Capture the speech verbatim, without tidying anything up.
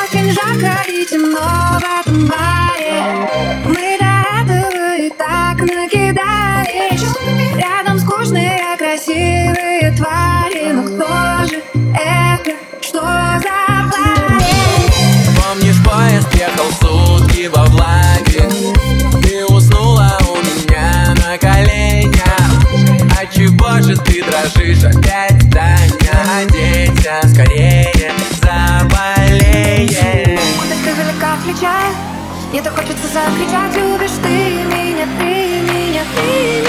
Очень жарко и темно в этом баре. Мы до этого и так накидались. Рядом скучные, красивые твари. Но кто же это? Что за парень? Помнишь, поезд ехал сутки во влаге. Ты уснула у меня на коленях. Отчего же ты дрожишь опять, Таня? Оденься скорее, заболеешь. Курточка велика в плечах, мне так хочется закричать. Любишь ты меня, ты меня, ты меня.